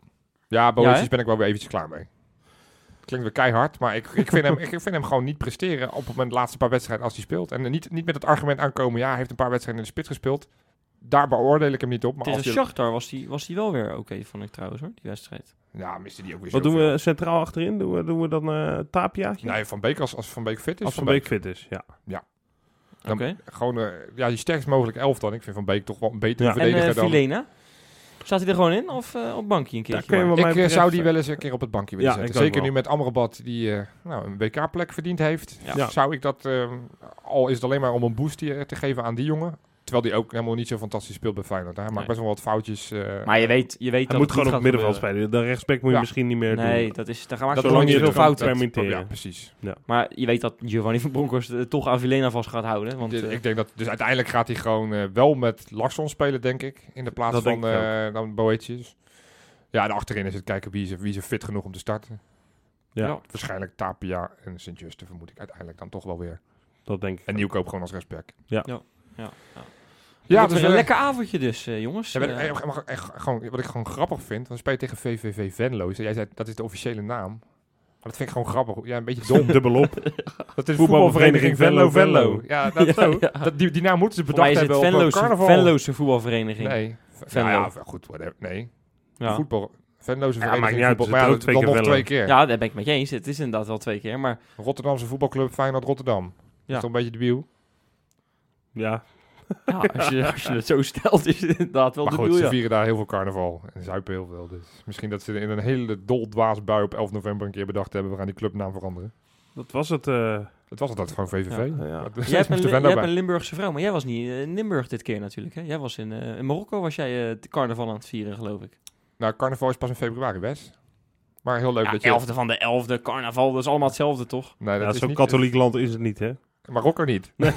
Ja, Boetjes Ja, hè? ben ik wel weer eventjes klaar mee. Klinkt weer keihard, maar ik, ik, vind hem, ik vind hem gewoon niet presteren op het moment de laatste paar wedstrijden als hij speelt. En niet, niet met het argument aankomen, ja, hij heeft een paar wedstrijden in de spits gespeeld. Daar beoordeel ik hem niet op. Maar Tegen als je, Shakhtar was die, was die wel weer oké, vond ik trouwens, hoor, die wedstrijd. ja, miste die ook weer Wat doen zoveel. we centraal achterin? Doen we, doen we dan uh, Tapiaatje? Nee, Van Beek als, als Van Beek fit is. Als Van Beek fit is, ja. Dan Oké. Gewoon, uh, ja, die sterkst mogelijk elf dan. Ik vind Van Beek toch wel een betere Ja. En verdediger uh, dan... Filena? Staat hij er gewoon in of uh, op bankje een keertje? kun je maar? wel- Ik mij uh, betreft, zou die uh, wel eens een keer op het bankje willen ja, zetten. ik ook Zeker wel. nu met Amrabat die uh, nou, een W K-plek verdiend heeft. Ja. Zou ik dat, uh, al is het alleen maar om een boost die, te geven aan die jongen. Terwijl hij ook helemaal niet zo fantastisch speelt bij Feyenoord. Hij maakt Nee. best wel wat foutjes. Uh, Maar je weet, je weet Hij dat moet het gewoon niet op het gaat middenveld gebeuren. spelen. De rechtsback moet je Ja. misschien niet meer Nee, doen. dat is, daar maak Dat je zolang niet je veel het kan fouten. permitteren. Ja, precies. Maar je weet dat Giovanni van Bronckhorst uh, toch Avilena vast gaat houden. Want, Dus uh, ik denk dat, dus uiteindelijk gaat hij gewoon uh, wel met Larsson spelen, denk ik. In de plaats Dat van denk ik uh, dan Boetjes. Ja, en achterin is het kijken wie is, wie is er fit genoeg om te starten. Ja, Ja. Waarschijnlijk Tapia en Sint-Juste vermoed ik uiteindelijk dan toch wel weer. dat denk ik. En Nieuwkoop gewoon als rechtsback. ja, ja. Ja, Wordt dus weer een uh, lekker avondje dus, uh, jongens. ja, maar, Uh, eh, maar, echt, gewoon, wat ik gewoon grappig vind, dan speel je tegen V V V Venlo. Jij zei, dat is de officiële naam. Maar dat vind ik gewoon grappig. Ja, een beetje dom. Dubbel op. Dat is Voetbalvereniging Venlo, Venlo. Ja, dat, Ja, zo. ja. Dat, die, die naam moeten ze voor mij bedacht is het hebben op Venloze, carnaval. Venloze voetbalvereniging. Nee. Venlo. Nou ja, goed, whatever. Nee. Ja. Voetbal. Venloze Ja, vereniging maakt niet uit, voetbal. er Maar ja, zitten ook twee dan keer nog Venlo. twee keer. ja, daar ben ik met je eens. Het is inderdaad wel twee keer, maar Rotterdamse voetbalclub Feyenoord Rotterdam. Dat Ja. is toch een beetje debiel. Ja, ja, als, je, als je het zo stelt is het inderdaad wel Maar de goed, bedoel, ze ja. vieren daar heel veel carnaval. En zuipen heel veel. Dus misschien dat ze in een hele doldwaas bui op elf november een keer bedacht hebben. We gaan die clubnaam veranderen. dat was het. eh, Het was altijd gewoon V V V. Ja. ja. Maar er Jij hebt, een, moest er Li- Venlo jij hebt bij. een Limburgse vrouw, maar jij was niet in Limburg dit keer natuurlijk. Hè? Jij was in, uh, in Marokko, was jij uh, het carnaval aan het vieren, geloof ik. Nou, carnaval is pas in februari best. Maar heel leuk Ja, dat je... elfde van de elfde, carnaval, dat is allemaal hetzelfde, toch? Nee, dat ja, is zo'n niet... katholiek land is het niet, hè? Marokko niet. Nee,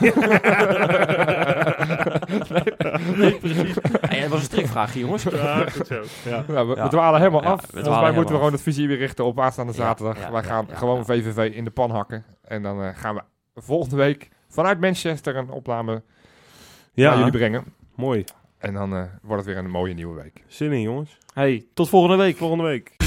precies. Ja, dat was een strikvraagje, jongens. Ja, goed zo. Ja. Nou, we, Ja. we dwalen helemaal Ja, af. we Volgens dwalen mij helemaal moeten we gewoon af. het visie weer richten op aanstaande Ja, zaterdag. ja, Wij ja, gaan ja, gewoon ja. V V V in de pan hakken. En dan uh, gaan we volgende week vanuit Manchester een opname naar Ja, jullie brengen. mooi. En dan uh, wordt het weer een mooie nieuwe week. Zin in, jongens. Hey, tot volgende week. Volgende week.